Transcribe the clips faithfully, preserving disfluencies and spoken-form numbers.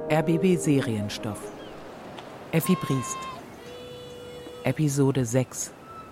R B B Serienstoff. Effi Briest. Episode sechs.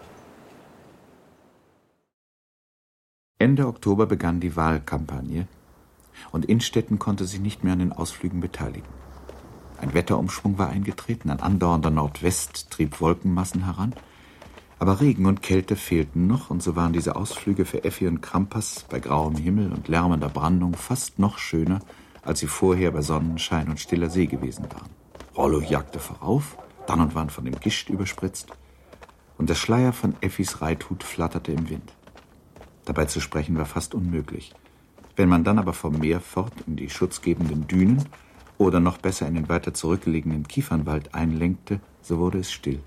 Ende Oktober begann die Wahlkampagne und Innstetten konnte sich nicht mehr an den Ausflügen beteiligen. Ein Wetterumschwung war eingetreten, ein andauernder Nordwest trieb Wolkenmassen heran, aber Regen und Kälte fehlten noch, und so waren diese Ausflüge für Effi und Krampas bei grauem Himmel und lärmender Brandung fast noch schöner, als sie vorher bei Sonnenschein und stiller See gewesen waren. Rollo jagte vorauf, dann und wann von dem Gischt überspritzt, und der Schleier von Effis Reithut flatterte im Wind. Dabei zu sprechen war fast unmöglich. Wenn man dann aber vom Meer fort in die schutzgebenden Dünen oder noch besser in den weiter zurückgelegenen Kiefernwald einlenkte, so wurde es still.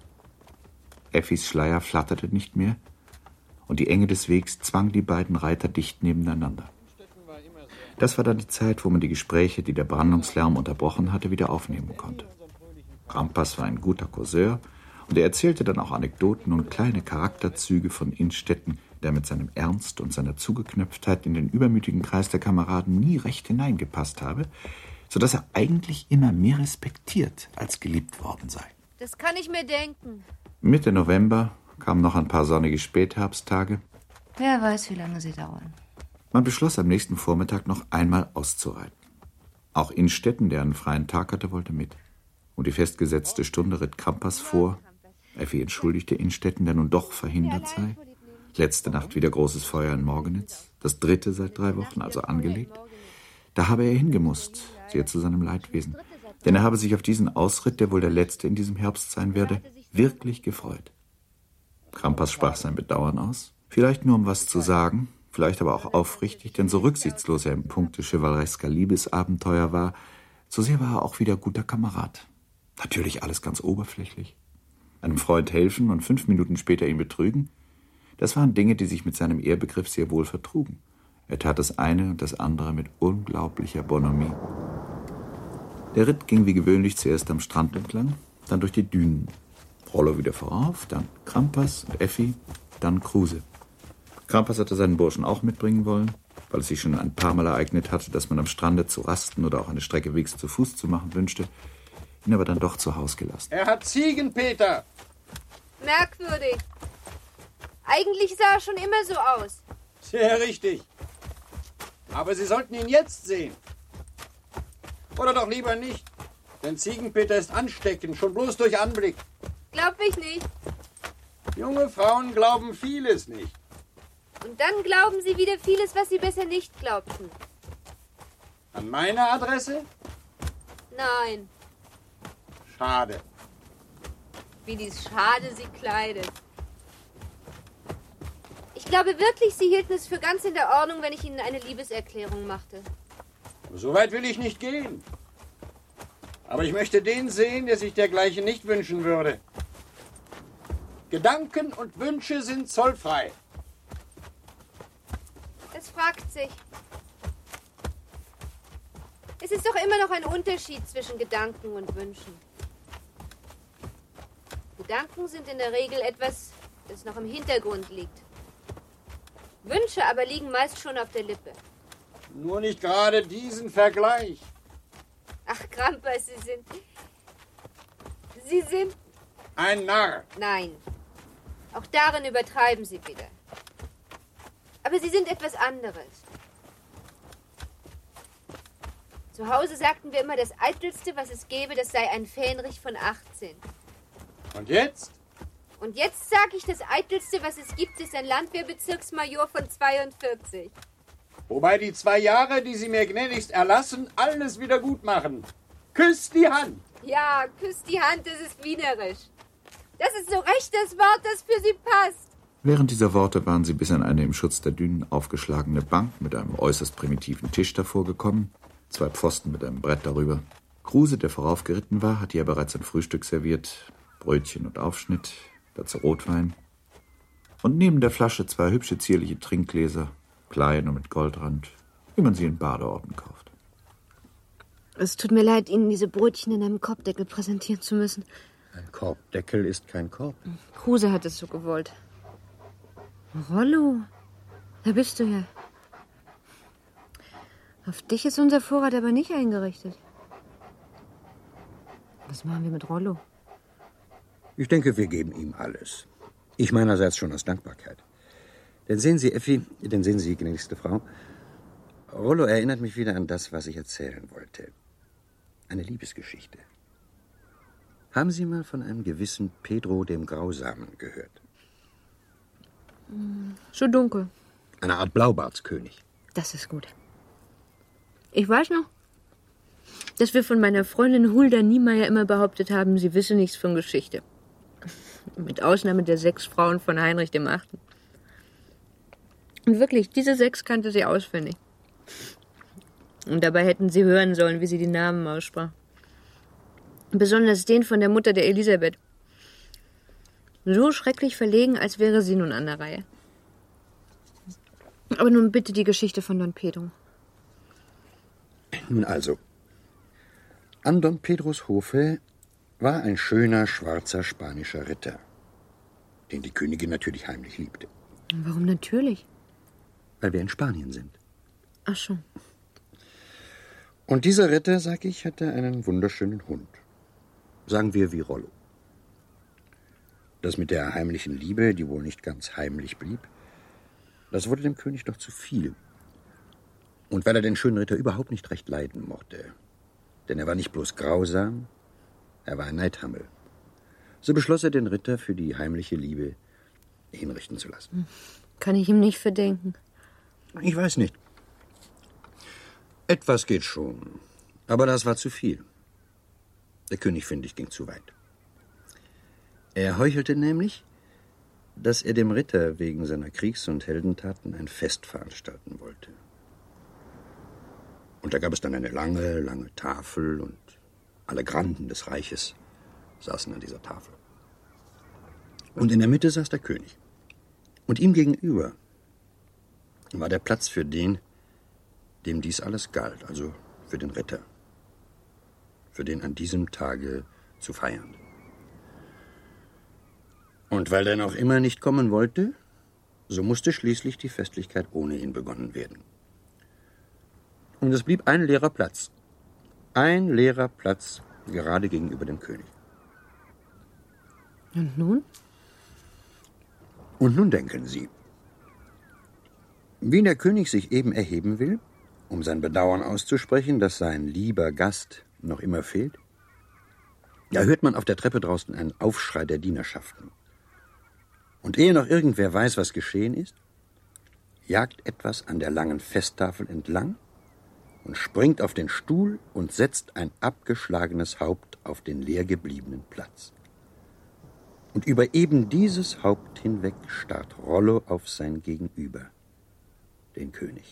Effis Schleier flatterte nicht mehr, und die Enge des Wegs zwang die beiden Reiter dicht nebeneinander. Das war dann die Zeit, wo man die Gespräche, die der Brandungslärm unterbrochen hatte, wieder aufnehmen konnte. Krampas war ein guter Causeur, und er erzählte dann auch Anekdoten und kleine Charakterzüge von Innstetten, der mit seinem Ernst und seiner Zugeknöpftheit in den übermütigen Kreis der Kameraden nie recht hineingepasst habe, so dass er eigentlich immer mehr respektiert als geliebt worden sei. Das kann ich mir denken. Mitte November kamen noch ein paar sonnige Spätherbsttage. Wer weiß, wie lange sie dauern. Man beschloss, am nächsten Vormittag noch einmal auszureiten. Auch Innstetten, der einen freien Tag hatte, wollte mit. Um die festgesetzte Stunde ritt Krampas vor. Effi entschuldigte Innstetten, der nun doch verhindert sei. Letzte Nacht wieder großes Feuer in Morgenitz, das dritte seit drei Wochen, also angelegt. Da habe er hingemusst, sehr zu seinem Leidwesen. Denn er habe sich auf diesen Ausritt, der wohl der letzte in diesem Herbst sein werde, wirklich gefreut. Krampas sprach sein Bedauern aus, vielleicht nur um was zu sagen, vielleicht aber auch aufrichtig, denn so rücksichtslos er im Punkte chevaleresker Liebesabenteuer war, so sehr war er auch wieder guter Kamerad. Natürlich alles ganz oberflächlich. Einem Freund helfen und fünf Minuten später ihn betrügen, das waren Dinge, die sich mit seinem Ehrbegriff sehr wohl vertrugen. Er tat das eine und das andere mit unglaublicher Bonhomie. Der Ritt ging wie gewöhnlich zuerst am Strand entlang, dann durch die Dünen. Rollo wieder vorauf, dann Krampas und Effi, dann Kruse. Krampas hatte seinen Burschen auch mitbringen wollen, weil es sich schon ein paar Mal ereignet hatte, dass man am Strande zu rasten oder auch eine Strecke wegs zu Fuß zu machen wünschte, ihn aber dann doch zu Haus gelassen. Er hat Ziegen, Peter! Merkwürdig. Eigentlich sah er schon immer so aus. Sehr richtig. Aber Sie sollten ihn jetzt sehen. Oder doch lieber nicht. Denn Ziegenpeter ist ansteckend, schon bloß durch Anblick. Glaub ich nicht. Junge Frauen glauben vieles nicht. Und dann glauben sie wieder vieles, was sie besser nicht glaubten. An meine Adresse? Nein. Schade. Wie dies schade sie kleidet. Ich glaube wirklich, sie hielten es für ganz in der Ordnung, wenn ich ihnen eine Liebeserklärung machte. So weit will ich nicht gehen. Aber ich möchte den sehen, der sich dergleichen nicht wünschen würde. Gedanken und Wünsche sind zollfrei. Es fragt sich. Es ist doch immer noch ein Unterschied zwischen Gedanken und Wünschen. Gedanken sind in der Regel etwas, das noch im Hintergrund liegt. Wünsche aber liegen meist schon auf der Lippe. Nur nicht gerade diesen Vergleich. Ach, Krampas, Sie sind... Sie sind... Ein Narr. Nein. Auch darin übertreiben Sie wieder. Aber Sie sind etwas anderes. Zu Hause sagten wir immer, das Eitelste, was es gäbe, das sei ein Fähnrich von achtzehn. Und jetzt? Und jetzt sage ich, das Eitelste, was es gibt, ist ein Landwehrbezirksmajor von zweiundvierzig. Wobei die zwei Jahre, die Sie mir gnädigst erlassen, alles wieder gut machen. Küss die Hand. Ja, küss die Hand, das ist wienerisch. Das ist so recht das Wort, das für Sie passt. Während dieser Worte waren sie bis an eine im Schutz der Dünen aufgeschlagene Bank mit einem äußerst primitiven Tisch davor gekommen, zwei Pfosten mit einem Brett darüber. Kruse, der voraufgeritten war, hatte ja bereits ein Frühstück serviert, Brötchen und Aufschnitt, dazu Rotwein. Und neben der Flasche zwei hübsche, zierliche Trinkgläser, klein und mit Goldrand, wie man sie in Badeorten kauft. Es tut mir leid, Ihnen diese Brötchen in einem Korbdeckel präsentieren zu müssen. Ein Korbdeckel ist kein Korb. Kruse hat es so gewollt. Rollo, da bist du ja. Auf dich ist unser Vorrat aber nicht eingerichtet. Was machen wir mit Rollo? Ich denke, wir geben ihm alles. Ich meinerseits schon aus Dankbarkeit. Denn sehen Sie, Effi, denn sehen Sie, gnädigste Frau, Rollo erinnert mich wieder an das, was ich erzählen wollte. Eine Liebesgeschichte. Haben Sie mal von einem gewissen Pedro dem Grausamen gehört? So dunkel. Eine Art Blaubartskönig. Das ist gut. Ich weiß noch, dass wir von meiner Freundin Hulda Niemeyer immer behauptet haben, sie wisse nichts von Geschichte. Mit Ausnahme der sechs Frauen von Heinrich dem Achten. Und wirklich, diese sechs kannte sie auswendig. Und dabei hätten sie hören sollen, wie sie die Namen aussprach. Besonders den von der Mutter der Elisabeth. So schrecklich verlegen, als wäre sie nun an der Reihe. Aber nun bitte die Geschichte von Don Pedro. Nun also, an Don Pedros Hofe war ein schöner, schwarzer spanischer Ritter, den die Königin natürlich heimlich liebte. Warum natürlich? Weil wir in Spanien sind. Ach schon. Und dieser Ritter, sag ich, hatte einen wunderschönen Hund. Sagen wir wie Rollo. Das mit der heimlichen Liebe, die wohl nicht ganz heimlich blieb, das wurde dem König doch zu viel. Und weil er den schönen Ritter überhaupt nicht recht leiden mochte, denn er war nicht bloß grausam, er war ein Neidhammel, so beschloss er, den Ritter für die heimliche Liebe hinrichten zu lassen. Kann ich ihm nicht verdenken. Ich weiß nicht. Etwas geht schon, aber das war zu viel. Der König, finde ich, ging zu weit. Er heuchelte nämlich, dass er dem Ritter wegen seiner Kriegs- und Heldentaten ein Fest veranstalten wollte. Und da gab es dann eine lange, lange Tafel und alle Granden des Reiches saßen an dieser Tafel. Und in der Mitte saß der König. Und ihm gegenüber war der Platz für den, dem dies alles galt, also für den Ritter, für den an diesem Tage zu feiern. Und weil er noch immer nicht kommen wollte, so musste schließlich die Festlichkeit ohne ihn begonnen werden. Und es blieb ein leerer Platz. Ein leerer Platz gerade gegenüber dem König. Und nun? Und nun denken Sie, wie der König sich eben erheben will, um sein Bedauern auszusprechen, dass sein lieber Gast noch immer fehlt, da hört man auf der Treppe draußen einen Aufschrei der Dienerschaften. Und ehe noch irgendwer weiß, was geschehen ist, jagt etwas an der langen Festtafel entlang und springt auf den Stuhl und setzt ein abgeschlagenes Haupt auf den leer gebliebenen Platz. Und über eben dieses Haupt hinweg starrt Rollo auf sein Gegenüber, den König.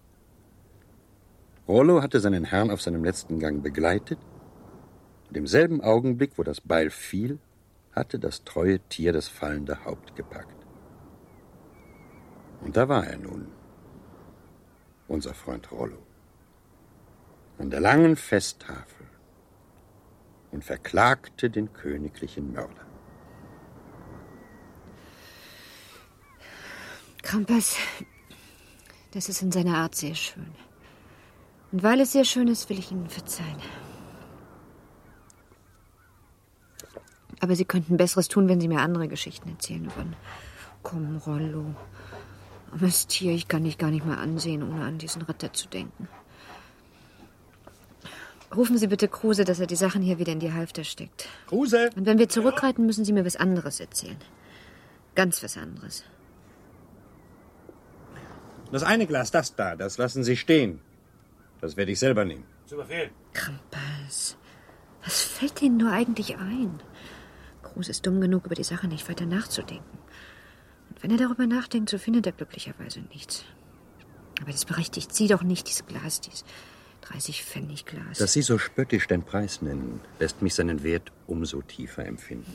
Rollo hatte seinen Herrn auf seinem letzten Gang begleitet, und im selben Augenblick, wo das Beil fiel, hatte das treue Tier das fallende Haupt gepackt. Und da war er nun, unser Freund Rollo, an der langen Festtafel und verklagte den königlichen Mörder. Krampas, das ist in seiner Art sehr schön. Und weil es sehr schön ist, will ich Ihnen verzeihen. Aber Sie könnten Besseres tun, wenn Sie mir andere Geschichten erzählen würden. Komm, Rollo. Armes Tier, ich kann dich gar nicht mehr ansehen, ohne an diesen Ritter zu denken. Rufen Sie bitte Kruse, dass er die Sachen hier wieder in die Halfter steckt. Kruse! Und wenn wir zurückreiten, müssen Sie mir was anderes erzählen. Ganz was anderes. Das eine Glas, das da, das lassen Sie stehen. Das werde ich selber nehmen. Zu Befehl. Krampas, was fällt Ihnen nur eigentlich ein? Kruse ist dumm genug, über die Sache nicht weiter nachzudenken. Und wenn er darüber nachdenkt, so findet er glücklicherweise nichts. Aber das berechtigt Sie doch nicht, dieses Glas, dieses dreißig Pfennig Glas. Dass Sie so spöttisch den Preis nennen, lässt mich seinen Wert umso tiefer empfinden.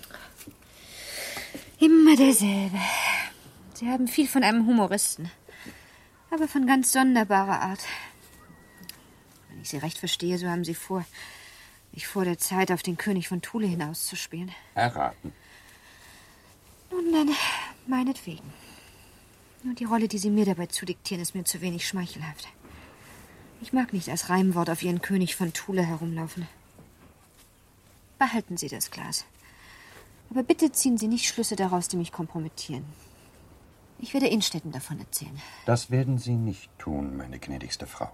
Immer derselbe. Sie haben viel von einem Humoristen. Aber von ganz sonderbarer Art. Wenn ich Sie recht verstehe, so haben Sie vor, mich vor der Zeit auf den König von Thule hinauszuspielen. Erraten. Nun dann, meinetwegen. Nur die Rolle, die Sie mir dabei zudiktieren, ist mir zu wenig schmeichelhaft. Ich mag nicht als Reimwort auf Ihren König von Thule herumlaufen. Behalten Sie das Glas. Aber bitte ziehen Sie nicht Schlüsse daraus, die mich kompromittieren. Ich werde Innstetten davon erzählen. Das werden Sie nicht tun, meine gnädigste Frau.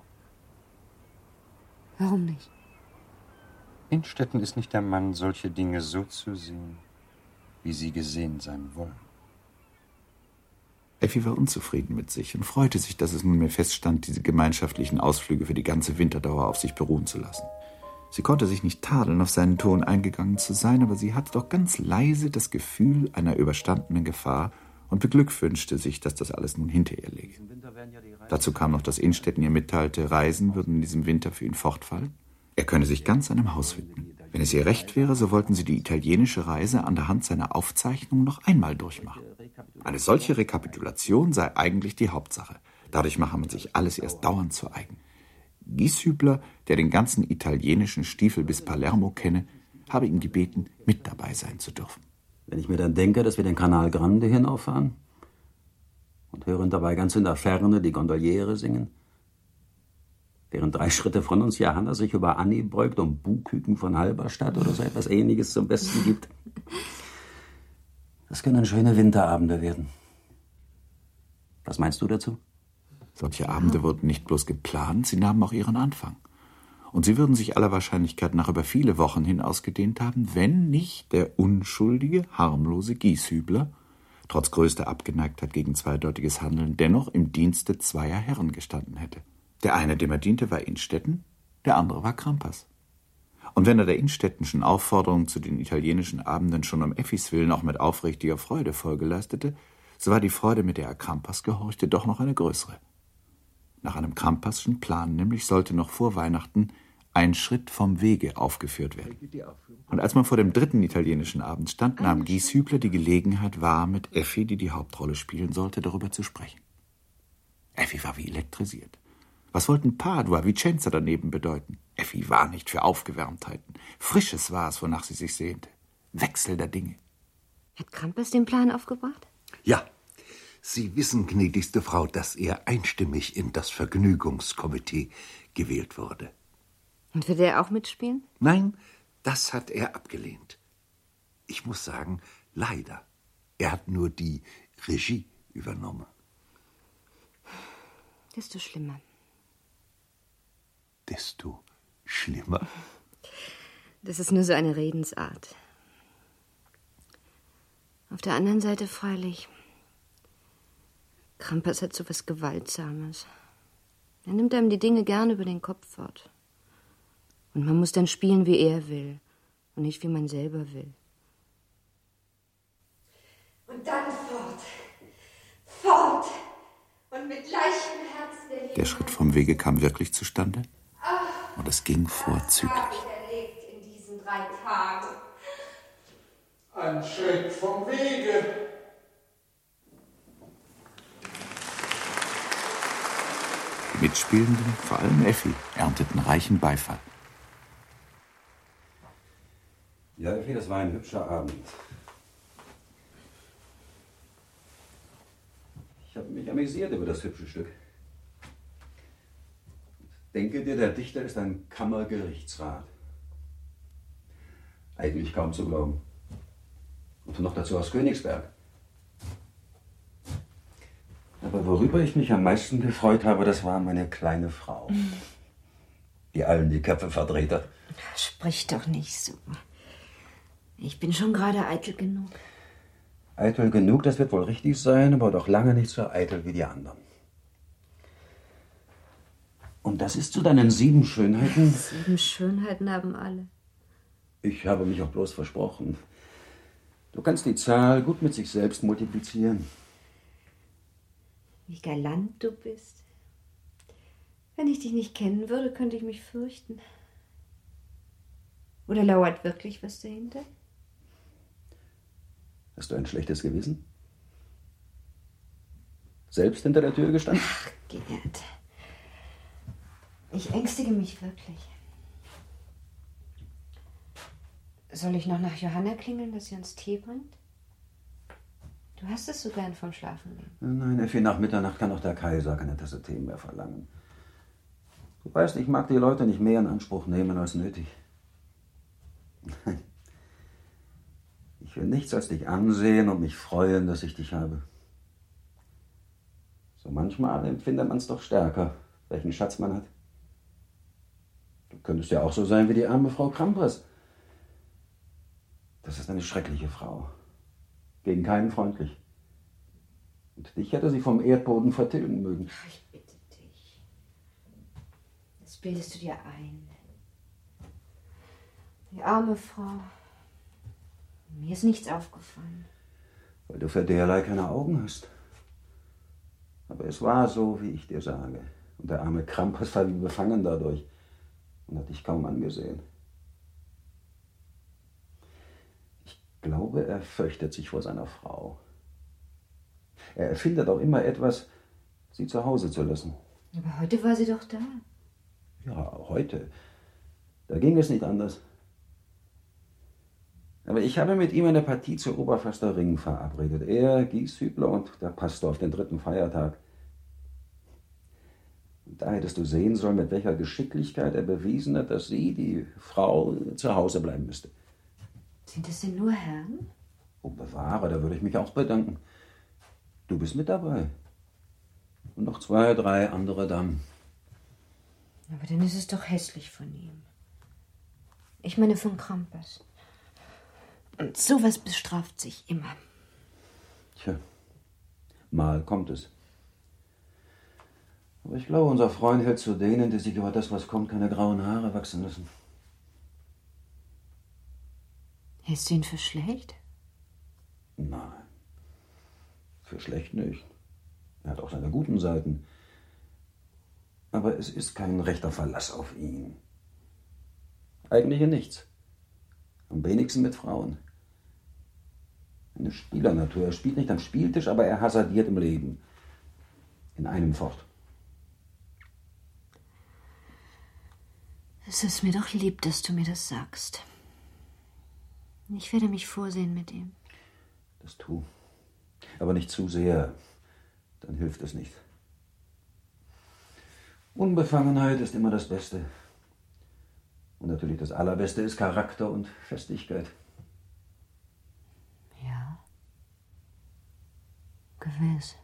Warum nicht? Innstetten ist nicht der Mann, solche Dinge so zu sehen, wie sie gesehen sein wollen. Effi war unzufrieden mit sich und freute sich, dass es nunmehr feststand, diese gemeinschaftlichen Ausflüge für die ganze Winterdauer auf sich beruhen zu lassen. Sie konnte sich nicht tadeln, auf seinen Ton eingegangen zu sein, aber sie hatte doch ganz leise das Gefühl einer überstandenen Gefahr und beglückwünschte sich, dass das alles nun hinter ihr läge. Dazu kam noch, dass Innstetten ihr mitteilte, Reisen würden in diesem Winter für ihn fortfallen. Er könne sich ganz seinem Haus widmen. Wenn es ihr recht wäre, so wollten sie die italienische Reise an der Hand seiner Aufzeichnung noch einmal durchmachen. Eine solche Rekapitulation sei eigentlich die Hauptsache. Dadurch mache man sich alles erst dauernd zu eigen. Gieshübler, der den ganzen italienischen Stiefel bis Palermo kenne, habe ihn gebeten, mit dabei sein zu dürfen. Wenn ich mir dann denke, dass wir den Canal Grande hinauffahren und hören dabei ganz in der Ferne die Gondoliere singen, während drei Schritte von uns Johanna sich über Anni beugt und Buhküken von Halberstadt oder so etwas Ähnliches zum Besten gibt. Das können schöne Winterabende werden. Was meinst du dazu? Solche Abende wurden nicht bloß geplant, sie nahmen auch ihren Anfang. Und sie würden sich aller Wahrscheinlichkeit nach über viele Wochen hin ausgedehnt haben, wenn nicht der unschuldige, harmlose Gieshübler, trotz größter Abgeneigtheit gegen zweideutiges Handeln, dennoch im Dienste zweier Herren gestanden hätte. Der eine, dem er diente, war Innstetten, der andere war Crampas. Und wenn er der Innstettenschen Aufforderung zu den italienischen Abenden schon um Effis willen auch mit aufrichtiger Freude Folge leistete, so war die Freude, mit der er Crampas gehorchte, doch noch eine größere. Nach einem Crampasschen Plan nämlich sollte noch vor Weihnachten ein Schritt vom Wege aufgeführt werden. Und als man vor dem dritten italienischen Abend stand, nahm Gieshübler die Gelegenheit wahr, mit Effi, die die Hauptrolle spielen sollte, darüber zu sprechen. Effi war wie elektrisiert. Was wollten Padua, Vicenza daneben bedeuten? Effi war nicht für Aufgewärmtheiten. Frisches war es, wonach sie sich sehnte. Wechsel der Dinge. Hat Crampas den Plan aufgebracht? Ja. Sie wissen, gnädigste Frau, dass er einstimmig in das Vergnügungskomitee gewählt wurde. Und wird er auch mitspielen? Nein, das hat er abgelehnt. Ich muss sagen, leider. Er hat nur die Regie übernommen. Desto schlimmer. Desto schlimmer? Das ist nur so eine Redensart. Auf der anderen Seite freilich... Crampas hat so was Gewaltsames. Er nimmt einem die Dinge gern über den Kopf fort. Und man muss dann spielen, wie er will. Und nicht, wie man selber will. Und dann fort. Fort. Und mit leichtem Herzen der Liebe. Der Schritt vom Wege kam wirklich zustande. Und es ging vorzüglich. Was habe ich erlebt in diesen drei Tagen? Ein Schritt vom Wege. Die Mitspielenden, vor allem Effi, ernteten reichen Beifall. Ja, Effi, das war ein hübscher Abend. Ich habe mich amüsiert über das hübsche Stück. Denke dir, der Dichter ist ein Kammergerichtsrat. Eigentlich kaum zu glauben. Und noch dazu aus Königsberg. Aber worüber ich mich am meisten gefreut habe, das war meine kleine Frau. Die allen die Köpfe verdreht hat. Sprich doch nicht so. Ich bin schon gerade eitel genug. Eitel genug, das wird wohl richtig sein, aber doch lange nicht so eitel wie die anderen. Und das ist zu deinen sieben Schönheiten? Sieben Schönheiten haben alle. Ich habe mich auch bloß versprochen. Du kannst die Zahl gut mit sich selbst multiplizieren. Wie galant du bist. Wenn ich dich nicht kennen würde, könnte ich mich fürchten. Oder lauert wirklich was dahinter? Hast du ein schlechtes Gewissen? Selbst hinter der Tür gestanden? Ach, Gerd. Ich ängstige mich wirklich. Soll ich noch nach Johanna klingeln, dass sie uns Tee bringt? Du hast es so gern vom Schlafengehen. Nein, Effi, nach Mitternacht kann doch der Kaiser keine Tasse Tee mehr verlangen. Du weißt, ich mag die Leute nicht mehr in Anspruch nehmen als nötig. Ich will nichts als dich ansehen und mich freuen, dass ich dich habe. So manchmal empfindet man es doch stärker, welchen Schatz man hat. Du könntest ja auch so sein wie die arme Frau Krampas. Das ist eine schreckliche Frau. Gegen keinen freundlich. Und dich hätte sie vom Erdboden vertilgen mögen. Ich bitte dich. Das bildest du dir ein. Die arme Frau. Mir ist nichts aufgefallen. Weil du für derlei keine Augen hast. Aber es war so, wie ich dir sage. Und der arme Krampas war wie befangen dadurch und hat dich kaum angesehen. Ich glaube, er fürchtet sich vor seiner Frau. Er erfindet auch immer etwas, sie zu Hause zu lassen. Aber heute war sie doch da. Ja, heute. Da ging es nicht anders. Aber ich habe mit ihm eine Partie zur Oberförster Ring verabredet. Er, Gieshübler und der Pastor auf den dritten Feiertag. Und da hättest du sehen sollen, mit welcher Geschicklichkeit er bewiesen hat, dass sie, die Frau, zu Hause bleiben müsste. Sind das denn nur Herren? Oh, bewahre, da würde ich mich auch bedanken. Du bist mit dabei. Und noch zwei, drei andere Damen. Aber dann ist es doch hässlich von ihm. Ich meine von Krampas. Und sowas bestraft sich immer. Tja, mal kommt es. Aber ich glaube, unser Freund hält zu denen, die sich über das, was kommt, keine grauen Haare wachsen lassen. Hältst du ihn für schlecht? Nein, für schlecht nicht. Er hat auch seine guten Seiten. Aber es ist kein rechter Verlass auf ihn. Eigentlich in nichts. Am wenigsten mit Frauen. Eine Spielernatur. Er spielt nicht am Spieltisch, aber er hasardiert im Leben. In einem fort. Es ist mir doch lieb, dass du mir das sagst. Ich werde mich vorsehen mit ihm. Das tu. Aber nicht zu sehr. Dann hilft es nicht. Unbefangenheit ist immer das Beste. Und natürlich das Allerbeste ist Charakter und Festigkeit. Ja. Gewiss.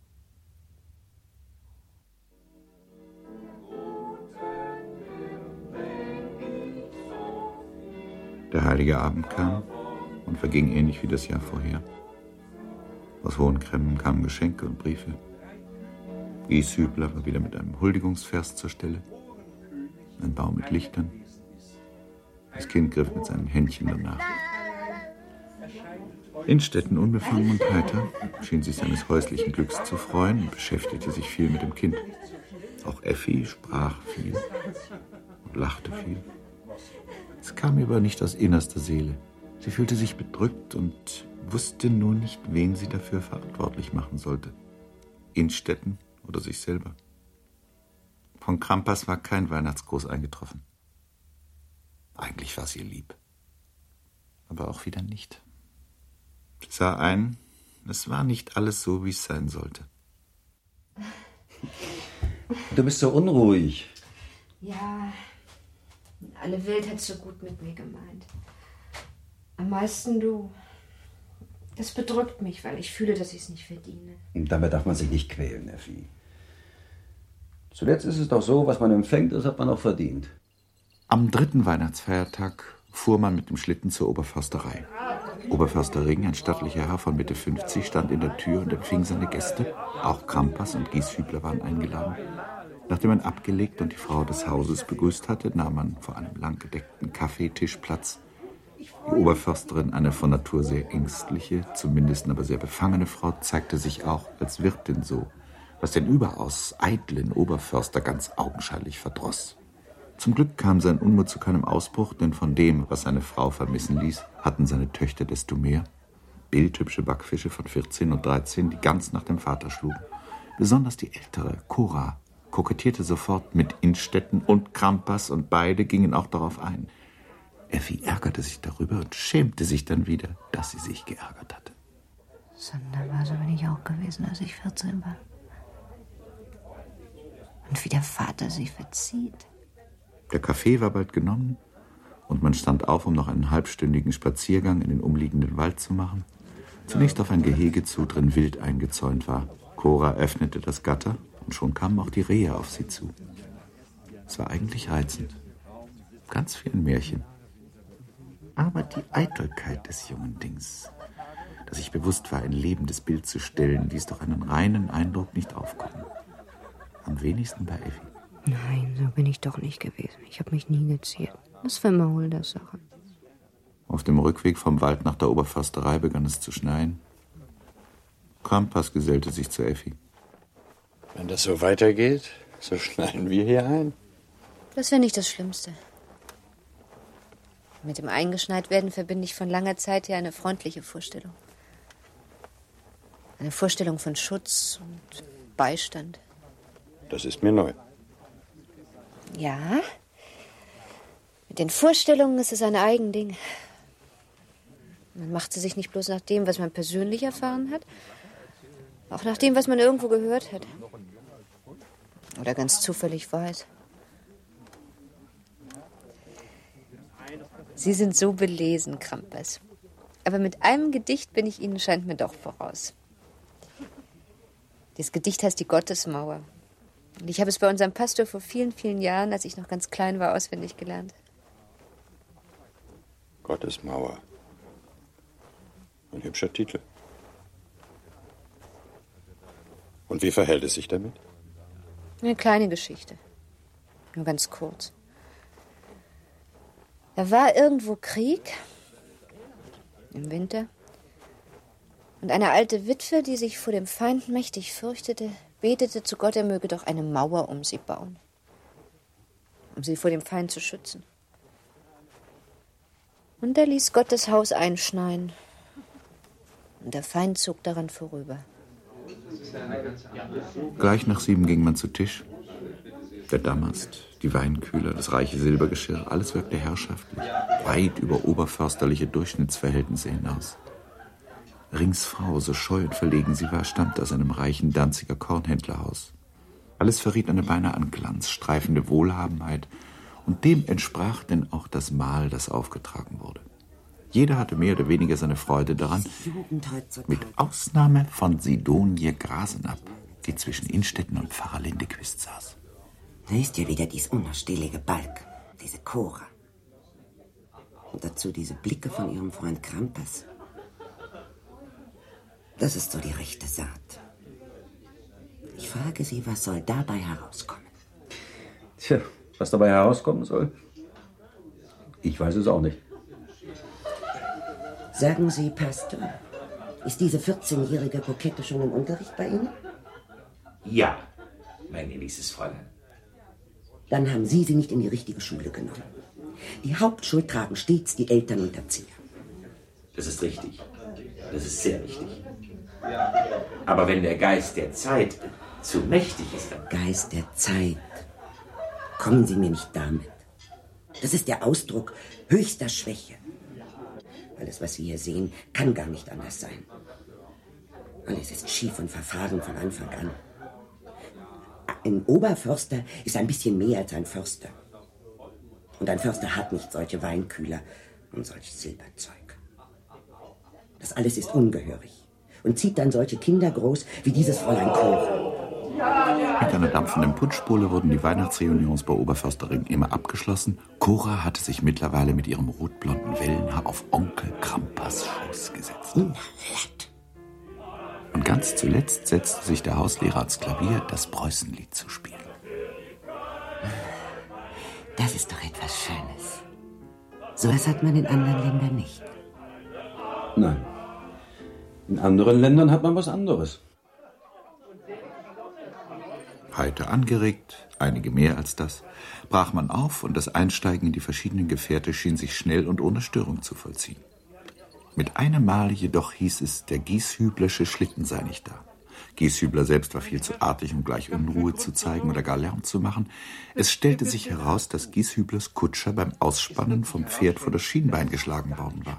Der heilige Abend kam und verging ähnlich wie das Jahr vorher. Aus Hohen Cremmen kamen Geschenke und Briefe. Gieshübler war wieder mit einem Huldigungsvers zur Stelle. Ein Baum mit Lichtern. Das Kind griff mit seinen Händchen danach. Innstetten, unbefangen und heiter, schien sich seines häuslichen Glücks zu freuen und beschäftigte sich viel mit dem Kind. Auch Effi sprach viel und lachte viel. Es kam ihr aber nicht aus innerster Seele. Sie fühlte sich bedrückt und wusste nur nicht, wen sie dafür verantwortlich machen sollte. Innstetten oder sich selber. Von Krampas war kein Weihnachtsgruß eingetroffen. Eigentlich war es ihr lieb. Aber auch wieder nicht. Sie sah ein, es war nicht alles so, wie es sein sollte. Du bist so unruhig. Ja, alle Welt hat so gut mit mir gemeint. Am meisten du. Das bedrückt mich, weil ich fühle, dass ich es nicht verdiene. Und dabei darf man sich nicht quälen, Effi. Zuletzt ist es doch so, was man empfängt, das hat man auch verdient. Am dritten Weihnachtsfeiertag fuhr man mit dem Schlitten zur Oberförsterei. Oberförster Ring, ein stattlicher Herr von Mitte fünfzig, stand in der Tür und empfing seine Gäste. Auch Krampas und Gieshübler waren eingeladen. Nachdem man abgelegt und die Frau des Hauses begrüßt hatte, nahm man vor einem langgedeckten Kaffeetisch Platz. Die Oberförsterin, eine von Natur sehr ängstliche, zumindest aber sehr befangene Frau, zeigte sich auch als Wirtin so, was den überaus eitlen Oberförster ganz augenscheinlich verdross. Zum Glück kam sein Unmut zu keinem Ausbruch, denn von dem, was seine Frau vermissen ließ, hatten seine Töchter desto mehr. Bildhübsche Backfische von vierzehn und dreizehn, die ganz nach dem Vater schlugen. Besonders die ältere, Cora, kokettierte sofort mit Innstetten und Krampas und beide gingen auch darauf ein. Effi ärgerte sich darüber und schämte sich dann wieder, dass sie sich geärgert hatte. Sonderbar, so bin ich auch gewesen, als ich vierzehn war. Und wie der Vater sie verzieht. Der Kaffee war bald genommen Und man stand auf, um noch einen halbstündigen Spaziergang in den umliegenden Wald zu machen. Zunächst auf ein Gehege zu, drin wild eingezäunt war. Cora öffnete das Gatter und schon kamen auch die Rehe auf sie zu. Es war eigentlich reizend. Ganz wie ein Märchen. Aber die Eitelkeit des jungen Dings, das sich bewusst war, ein lebendes Bild zu stellen, ließ doch einen reinen Eindruck nicht aufkommen. Am wenigsten bei Effi. Nein, so bin ich doch nicht gewesen. Ich habe mich nie geziert. Das war immer Hulders Sache. Auf dem Rückweg vom Wald nach der Oberförsterei begann es zu schneien. Krampas gesellte sich zu Effi. Wenn das so weitergeht, so schneiden wir hier ein. Das wäre nicht das Schlimmste. Mit dem Eingeschneit-Werden verbinde ich von langer Zeit her eine freundliche Vorstellung. Eine Vorstellung von Schutz und Beistand. Das ist mir neu. Ja, mit den Vorstellungen ist es ein Eigending. Man macht sie sich nicht bloß nach dem, was man persönlich erfahren hat, auch nach dem, was man irgendwo gehört hat. Oder ganz zufällig weiß. Sie sind so belesen, Krampas. Aber mit einem Gedicht bin ich Ihnen, scheint mir doch, voraus. Das Gedicht heißt Die Gottesmauer. Und ich habe es bei unserem Pastor vor vielen, vielen Jahren, als ich noch ganz klein war, auswendig gelernt. Gottesmauer. Ein hübscher Titel. Und wie verhält es sich damit? Eine kleine Geschichte. Nur ganz kurz. Da war irgendwo Krieg. Im Winter. Und eine alte Witwe, die sich vor dem Feind mächtig fürchtete, betete zu Gott, er möge doch eine Mauer um sie bauen. Um sie vor dem Feind zu schützen. Und er ließ Gott das Haus einschneien. Und der Feind zog daran vorüber. Gleich nach sieben ging man zu Tisch. Der Damast, die Weinkühler, das reiche Silbergeschirr, alles wirkte herrschaftlich, weit über oberförsterliche Durchschnittsverhältnisse hinaus. Rings Frau, so scheu und verlegen sie war, stammte aus einem reichen Danziger Kornhändlerhaus. Alles verriet eine beinahe an Glanz, streifende Wohlhabenheit, und dem entsprach denn auch das Mahl, das aufgetragen wurde. Jeder hatte mehr oder weniger seine Freude daran, mit Ausnahme von Sidonie Grasenabb, die zwischen Innstetten und Pfarrer Lindequist saß. Da ist ja wieder dies unausstehliche Balk, diese Cora. Und dazu diese Blicke von ihrem Freund Krampas. Das ist so die rechte Saat. Ich frage Sie, was soll dabei herauskommen? Tja, was dabei herauskommen soll? Ich weiß es auch nicht. Sagen Sie, Pastor, ist diese vierzehnjährige Kokette schon im Unterricht bei Ihnen? Ja, mein liebstes Fräulein. Dann haben Sie sie nicht in die richtige Schule genommen. Die Hauptschuld tragen stets die Eltern und Erzieher. Das ist richtig. Das ist sehr richtig. Aber wenn der Geist der Zeit zu mächtig ist, dann... Geist der Zeit. Kommen Sie mir nicht damit. Das ist der Ausdruck höchster Schwäche. Alles, was Sie hier sehen, kann gar nicht anders sein. Alles ist schief und verfahren von Anfang an. Ein Oberförster ist ein bisschen mehr als ein Förster. Und ein Förster hat nicht solche Weinkühler und solch Silberzeug. Das alles ist ungehörig und zieht dann solche Kinder groß wie dieses Fräulein Cora. Mit einer dampfenden Punschbowle wurden die Weihnachtsreunions bei Oberförstering immer abgeschlossen. Cora hatte sich mittlerweile mit ihrem rotblonden Wellenhaar auf Onkel Krampas Schoß gesetzt. Und ganz zuletzt setzte sich der Hauslehrer ans Klavier, das Preußenlied zu spielen. Das ist doch etwas Schönes. So was hat man in anderen Ländern nicht. Nein. In anderen Ländern hat man was anderes. Heiter angeregt, einige mehr als das, brach man auf und das Einsteigen in die verschiedenen Gefährte schien sich schnell und ohne Störung zu vollziehen. Mit einem Male jedoch hieß es, der Gieshüblersche Schlitten sei nicht da. Gieshübler selbst war viel zu artig, um gleich Unruhe zu zeigen oder gar Lärm zu machen. Es stellte sich heraus, dass Gieshüblers Kutscher beim Ausspannen vom Pferd vor das Schienbein geschlagen worden war.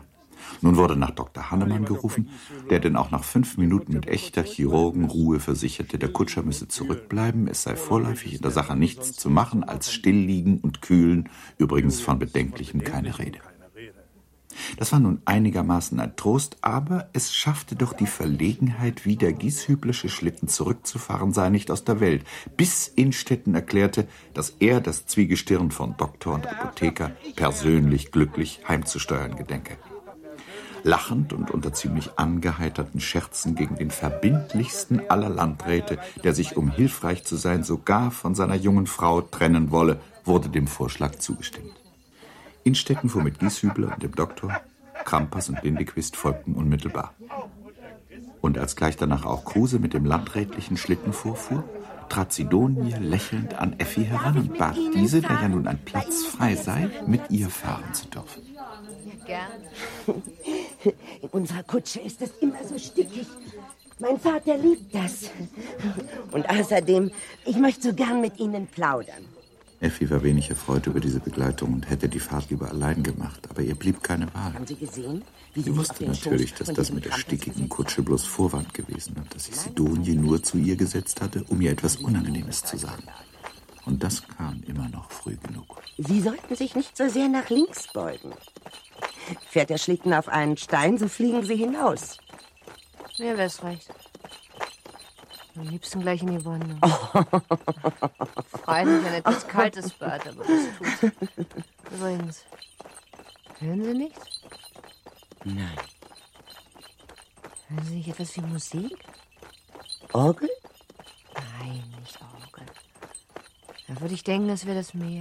Nun wurde nach Doktor Hannemann gerufen, der denn auch nach fünf Minuten mit echter Chirurgenruhe versicherte, der Kutscher müsse zurückbleiben, es sei vorläufig in der Sache nichts zu machen als Stillliegen und Kühlen, übrigens von Bedenklichem keine Rede. Das war nun einigermaßen ein Trost, aber es schaffte doch die Verlegenheit, wie der gieshüblische Schlitten zurückzufahren sei, nicht aus der Welt, bis Innstetten erklärte, dass er das Zwiegestirn von Doktor und Apotheker persönlich glücklich heimzusteuern gedenke. Lachend und unter ziemlich angeheiterten Scherzen gegen den verbindlichsten aller Landräte, der sich, um hilfreich zu sein, sogar von seiner jungen Frau trennen wolle, wurde dem Vorschlag zugestimmt. Innstetten fuhr mit Gieshübler und dem Doktor, Krampas und Lindequist folgten unmittelbar. Und als gleich danach auch Kruse mit dem landrätlichen Schlitten vorfuhr, trat Sidonie lächelnd an Effi heran und bat diese, da ja nun ein Platz frei sei, mit ihr fahren zu dürfen. Gern. In unserer Kutsche ist es immer so stickig. Mein Vater liebt das. Und außerdem, ich möchte so gern mit Ihnen plaudern. Effi war wenig erfreut über diese Begleitung und hätte die Fahrt lieber allein gemacht, aber ihr blieb keine Wahl. Haben Sie gesehen, wie Sie Sie wusste natürlich, dass das mit der stickigen Kutsche bloß Vorwand gewesen und dass sich Sidonie nur zu ihr gesetzt hatte, um ihr etwas Unangenehmes zu sagen. Und das kam immer noch früh genug. Sie sollten sich nicht so sehr nach links beugen. Fährt der Schlitten auf einen Stein, so fliegen Sie hinaus. Mir wär's recht. Am liebsten gleich in die Wanne. Freilich ein etwas kaltes Bad, aber das tut. Übrigens, hören Sie nichts? Nein. Hören Sie nicht etwas wie Musik? Orgel? Nein, nicht Orgel. Da würde ich denken, das wäre das Meer.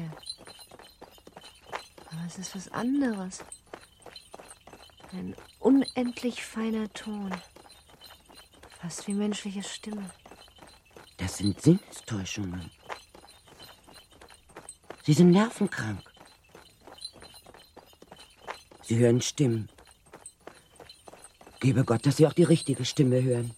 Aber es ist was anderes. Ein unendlich feiner Ton. Fast wie menschliche Stimme. Das sind Sinnestäuschungen. Sie sind nervenkrank. Sie hören Stimmen. Gebe Gott, dass Sie auch die richtige Stimme hören.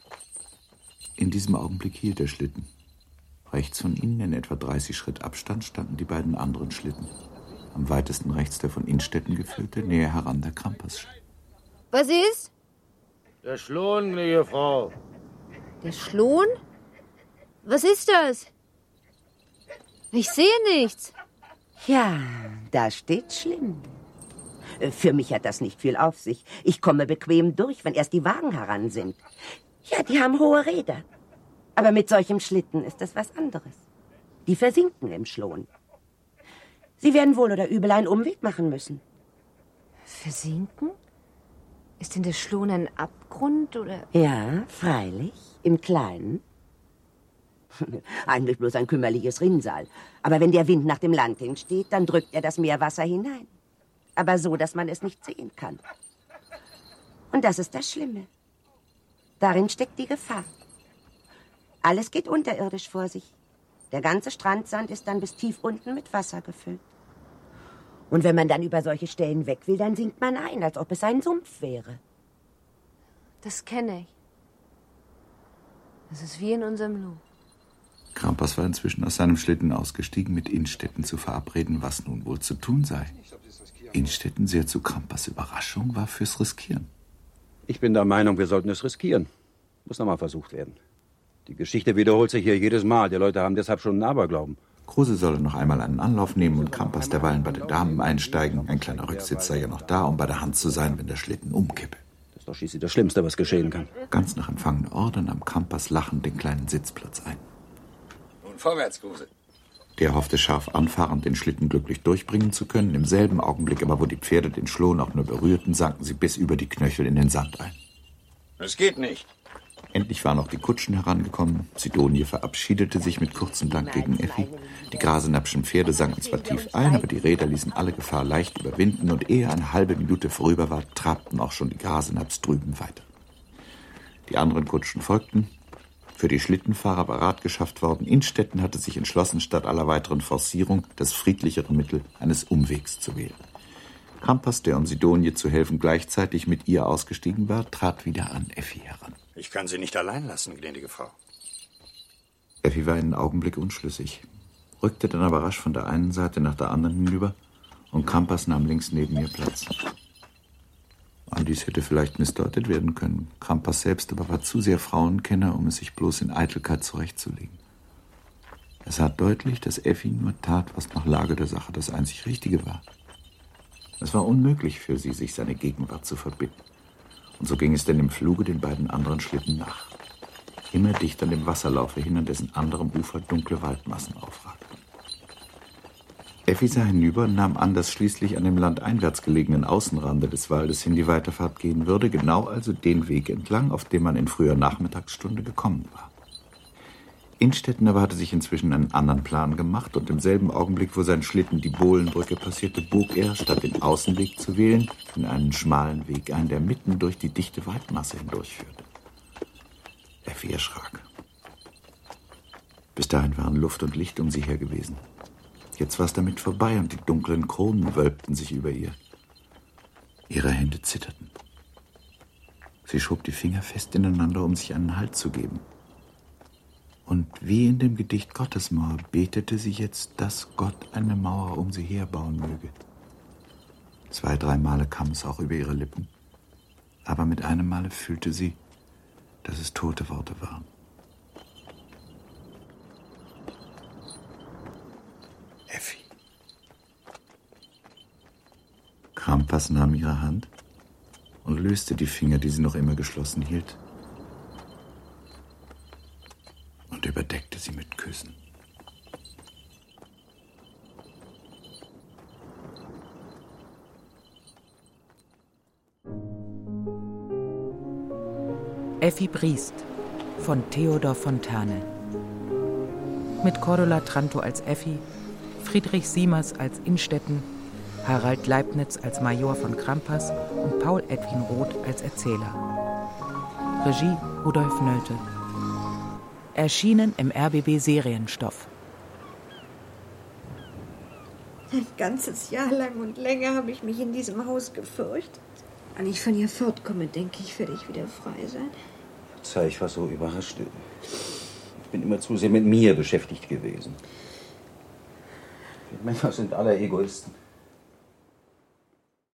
In diesem Augenblick hielt der Schlitten. Rechts von ihnen, in etwa dreißig Schritt Abstand, standen die beiden anderen Schlitten. Am weitesten rechts der von Innstetten geführte, näher heran der Krampas. Was ist? Der Schlohn, liebe Frau. Der Schlohn? Was ist das? Ich sehe nichts. Ja, da steht schlimm. Für mich hat das nicht viel auf sich. Ich komme bequem durch, wenn erst die Wagen heran sind. Ja, die haben hohe Räder. Aber mit solchem Schlitten ist das was anderes. Die versinken im Schlohn. Sie werden wohl oder übel einen Umweg machen müssen. Versinken? Ist denn der Schlohn ein Abgrund, oder? Ja, freilich. Im Kleinen. Eigentlich bloß ein kümmerliches Rinnsal. Aber wenn der Wind nach dem Land hin steht, dann drückt er das Meerwasser hinein. Aber so, dass man es nicht sehen kann. Und das ist das Schlimme. Darin steckt die Gefahr. Alles geht unterirdisch vor sich. Der ganze Strandsand ist dann bis tief unten mit Wasser gefüllt. Und wenn man dann über solche Stellen weg will, dann sinkt man ein, als ob es ein Sumpf wäre. Das kenne ich. Das ist wie in unserem Loh. Krampas war inzwischen aus seinem Schlitten ausgestiegen, mit Innstetten zu verabreden, was nun wohl zu tun sei. Innstetten, sehr zu Krampas Überraschung, war fürs Riskieren. Ich bin der Meinung, wir sollten es riskieren. Muss noch mal versucht werden. Die Geschichte wiederholt sich hier jedes Mal. Die Leute haben deshalb schon einen Aberglauben. Kruse solle noch einmal einen Anlauf nehmen und Krampas derweilen bei den Damen einsteigen. Ein kleiner Rücksitz sei ja noch da, um bei der Hand zu sein, wenn der Schlitten umkippe. Das ist doch schließlich das Schlimmste, was geschehen kann. Ganz nach Empfang der Order nahm Krampas lachend den kleinen Sitzplatz ein. Nun vorwärts, Kruse. Der hoffte scharf anfahrend, den Schlitten glücklich durchbringen zu können. Im selben Augenblick aber, wo die Pferde den Schlohn auch nur berührten, sanken sie bis über die Knöchel in den Sand ein. Es geht nicht. Endlich waren auch die Kutschen herangekommen. Sidonie verabschiedete sich mit kurzem Dank gegen Effi. Die Grasenappschen Pferde sanken zwar tief ein, aber die Räder ließen alle Gefahr leicht überwinden, und ehe eine halbe Minute vorüber war, trabten auch schon die Grasenapps drüben weiter. Die anderen Kutschen folgten. Für die Schlittenfahrer war Rat geschafft worden. Innstetten hatte sich entschlossen, statt aller weiteren Forcierung das friedlichere Mittel eines Umwegs zu wählen. Krampas, der um Sidonie zu helfen gleichzeitig mit ihr ausgestiegen war, trat wieder an Effi heran. Ich kann Sie nicht allein lassen, gnädige Frau. Effi war einen Augenblick unschlüssig, rückte dann aber rasch von der einen Seite nach der anderen hinüber, und Krampas nahm links neben ihr Platz. All dies hätte vielleicht missdeutet werden können. Krampas selbst aber war zu sehr Frauenkenner, um es sich bloß in Eitelkeit zurechtzulegen. Er sah deutlich, dass Effi nur tat, was nach Lage der Sache das einzig Richtige war. Es war unmöglich für sie, sich seine Gegenwart zu verbitten. Und so ging es denn im Fluge den beiden anderen Schlitten nach. Immer dicht an dem Wasserlaufe hin, an dessen anderem Ufer dunkle Waldmassen aufragten. Effi sah hinüber und nahm an, dass schließlich an dem landeinwärts gelegenen Außenrande des Waldes hin die Weiterfahrt gehen würde, genau also den Weg entlang, auf dem man in früher Nachmittagsstunde gekommen war. Innstetten aber hatte sich inzwischen einen anderen Plan gemacht und im selben Augenblick, wo sein Schlitten die Bohlenbrücke passierte, bog er, statt den Außenweg zu wählen, in einen schmalen Weg ein, der mitten durch die dichte Waldmasse hindurchführte. Effi erschrak. Bis dahin waren Luft und Licht um sie her gewesen. Jetzt war es damit vorbei und die dunklen Kronen wölbten sich über ihr. Ihre Hände zitterten. Sie schob die Finger fest ineinander, um sich einen Halt zu geben. Und wie in dem Gedicht Gottesmauer betete sie jetzt, dass Gott eine Mauer um sie herbauen möge. Zwei, drei Male kam es auch über ihre Lippen, aber mit einem Male fühlte sie, dass es tote Worte waren. Effi. Krampas nahm ihre Hand und löste die Finger, die sie noch immer geschlossen hielt, und überdeckte sie mit Küssen. Effi Briest von Theodor Fontane. Mit Cordula Tranto als Effi, Friedrich Siemers als Innstetten, Harald Leibniz als Major von Krampas und Paul Edwin Roth als Erzähler. Regie Rudolf Nölte. Erschienen im R B B Serienstoff. Ein ganzes Jahr lang und länger habe ich mich in diesem Haus gefürchtet. Wenn ich von hier fortkomme, denke ich, werde ich wieder frei sein. Verzeih, ich war so überrascht. Ich bin immer zu sehr mit mir beschäftigt gewesen. Wir Männer sind alle Egoisten.